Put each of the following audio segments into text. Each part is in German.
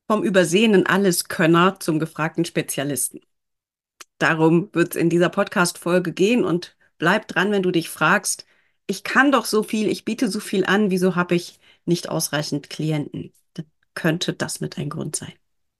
Vom übersehenen Alleskönner zum gefragten Spezialisten. Darum wird es in dieser Podcast-Folge gehen und bleib dran, wenn du dich fragst, ich kann doch so viel, ich biete so viel an, wieso habe ich nicht ausreichend Klienten? Dann könnte das mit ein Grund sein.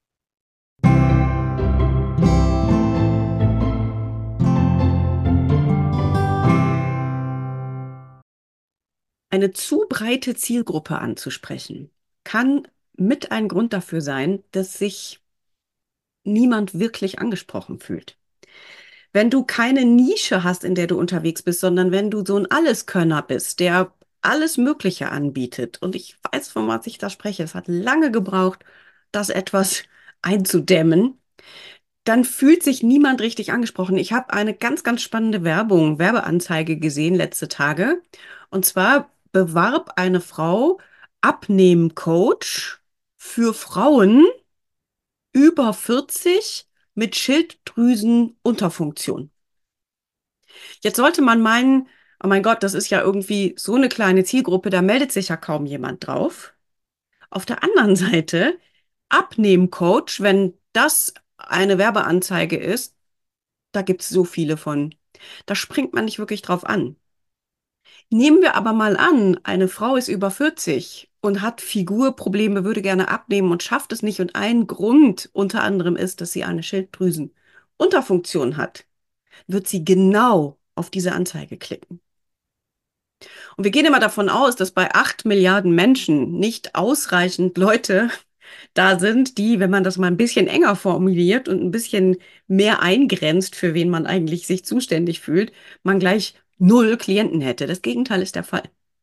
Eine zu breite Zielgruppe anzusprechen, kann mit ein Grund dafür sein, dass sich niemand wirklich angesprochen fühlt. Wenn du keine Nische hast, in der du unterwegs bist, sondern wenn du so ein Alleskönner bist, der alles Mögliche anbietet. Und ich weiß, von was ich da spreche. Es hat lange gebraucht, das etwas einzudämmen. Dann fühlt sich niemand richtig angesprochen. Ich habe eine ganz, ganz spannende Werbeanzeige gesehen letzte Tage. Und zwar bewarb eine Frau Abnehmcoach für Frauen über 40 mit Schilddrüsenunterfunktion. Jetzt sollte man meinen, oh mein Gott, das ist ja irgendwie so eine kleine Zielgruppe, da meldet sich ja kaum jemand drauf. Auf der anderen Seite, Abnehmcoach, wenn das eine Werbeanzeige ist, da gibt es so viele von. Da springt man nicht wirklich drauf an. Nehmen wir aber mal an, eine Frau ist über 40 und hat Figurprobleme, würde gerne abnehmen und schafft es nicht. Und ein Grund unter anderem ist, dass sie eine Schilddrüsenunterfunktion hat, wird sie genau auf diese Anzeige klicken. Und wir gehen immer davon aus, dass bei 8 Milliarden Menschen nicht ausreichend Leute da sind, die, wenn man das mal ein bisschen enger formuliert und ein bisschen mehr eingrenzt, für wen man eigentlich sich zuständig fühlt, man gleich null Klienten hätte. Das Gegenteil ist der Fall.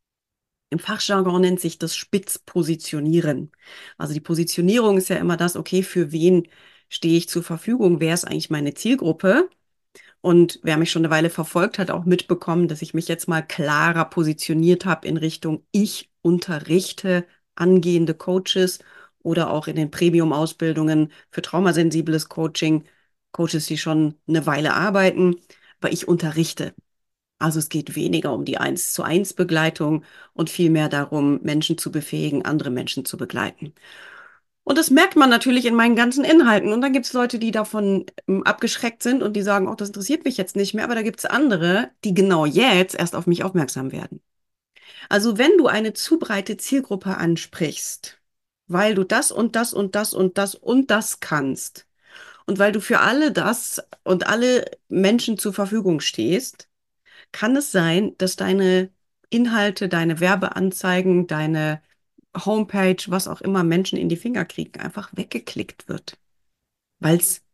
Im Fachjargon nennt sich das Spitzpositionieren. Also die Positionierung ist ja immer das, okay, für wen stehe ich zur Verfügung? Wer ist eigentlich meine Zielgruppe? Und wer mich schon eine Weile verfolgt, hat auch mitbekommen, dass ich mich jetzt mal klarer positioniert habe in Richtung, ich unterrichte angehende Coaches oder auch in den Premium-Ausbildungen für traumasensibles Coaching, Coaches, die schon eine Weile arbeiten, aber ich unterrichte. Also es geht weniger um die Eins-zu-eins Begleitung und vielmehr darum, Menschen zu befähigen, andere Menschen zu begleiten. Und das merkt man natürlich in meinen ganzen Inhalten. Und dann gibt es Leute, die davon abgeschreckt sind und die sagen, oh, das interessiert mich jetzt nicht mehr. Aber da gibt es andere, die genau jetzt erst auf mich aufmerksam werden. Also wenn du eine zu breite Zielgruppe ansprichst, weil du das und das und das und das und das kannst und weil du für alle das und alle Menschen zur Verfügung stehst, kann es sein, dass deine Inhalte, deine Werbeanzeigen, deine Homepage, was auch immer Menschen in die Finger kriegen, einfach weggeklickt wird, weil es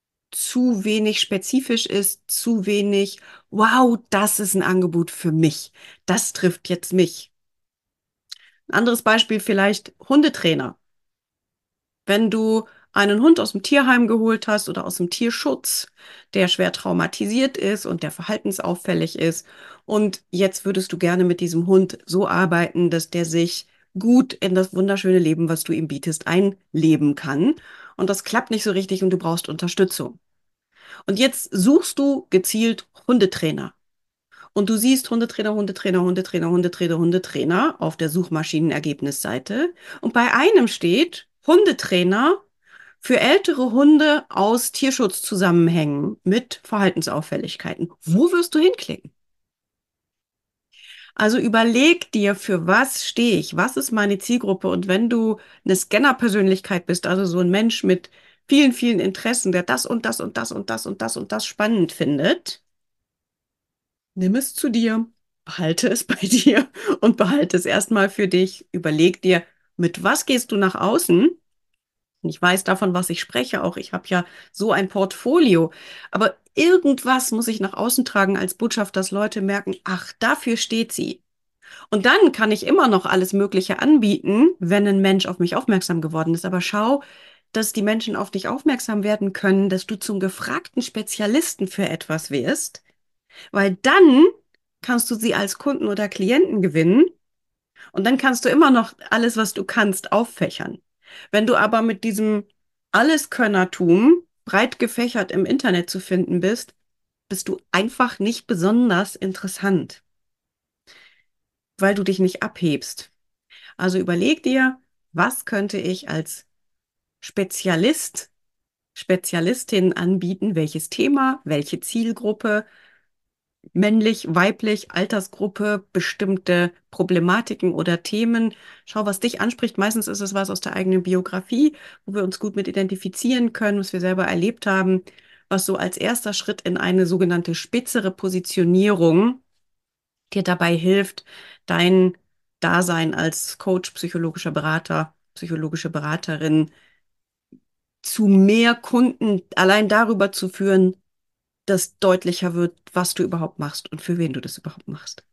zu wenig spezifisch ist, zu wenig, wow, das ist ein Angebot für mich. Das trifft jetzt mich. Ein anderes Beispiel vielleicht Hundetrainer. Wenn du einen Hund aus dem Tierheim geholt hast oder aus dem Tierschutz, der schwer traumatisiert ist und der verhaltensauffällig ist, und jetzt würdest du gerne mit diesem Hund so arbeiten, dass der sich gut in das wunderschöne Leben, was du ihm bietest, einleben kann. Und das klappt nicht so richtig und du brauchst Unterstützung. Und jetzt suchst du gezielt Hundetrainer. Und du siehst Hundetrainer, Hundetrainer, Hundetrainer, Hundetrainer, Hundetrainer auf der Suchmaschinenergebnisseite. Und bei einem steht Hundetrainer für ältere Hunde aus Tierschutzzusammenhängen mit Verhaltensauffälligkeiten. Wo wirst du hinklicken? Also überleg dir, für was stehe ich? Was ist meine Zielgruppe? Und wenn du eine Scanner-Persönlichkeit bist, also so ein Mensch mit vielen, vielen Interessen, der das und das und das und das und das und das spannend findet, nimm es zu dir, behalte es bei dir und behalte es erstmal für dich. Überleg dir, mit was gehst du nach außen? Und ich weiß davon, was ich spreche, auch ich habe ja so ein Portfolio. Aber irgendwas muss ich nach außen tragen als Botschaft, dass Leute merken, ach, dafür steht sie. Und dann kann ich immer noch alles Mögliche anbieten, wenn ein Mensch auf mich aufmerksam geworden ist. Aber schau, dass die Menschen auf dich aufmerksam werden können, dass du zum gefragten Spezialisten für etwas wirst, weil dann kannst du sie als Kunden oder Klienten gewinnen und dann kannst du immer noch alles, was du kannst, auffächern. Wenn du aber mit diesem Alleskönnertum breit gefächert im Internet zu finden bist, bist du einfach nicht besonders interessant, weil du dich nicht abhebst. Also überleg dir, was könnte ich als Spezialist, Spezialistin anbieten, welches Thema, welche Zielgruppe, männlich, weiblich, Altersgruppe, bestimmte Problematiken oder Themen. Schau, was dich anspricht. Meistens ist es was aus der eigenen Biografie, wo wir uns gut mit identifizieren können, was wir selber erlebt haben, was so als erster Schritt in eine sogenannte spitzere Positionierung dir dabei hilft, dein Dasein als Coach, psychologischer Berater, psychologische Beraterin zu mehr Kunden allein darüber zu führen, dass deutlicher wird, was du überhaupt machst und für wen du das überhaupt machst.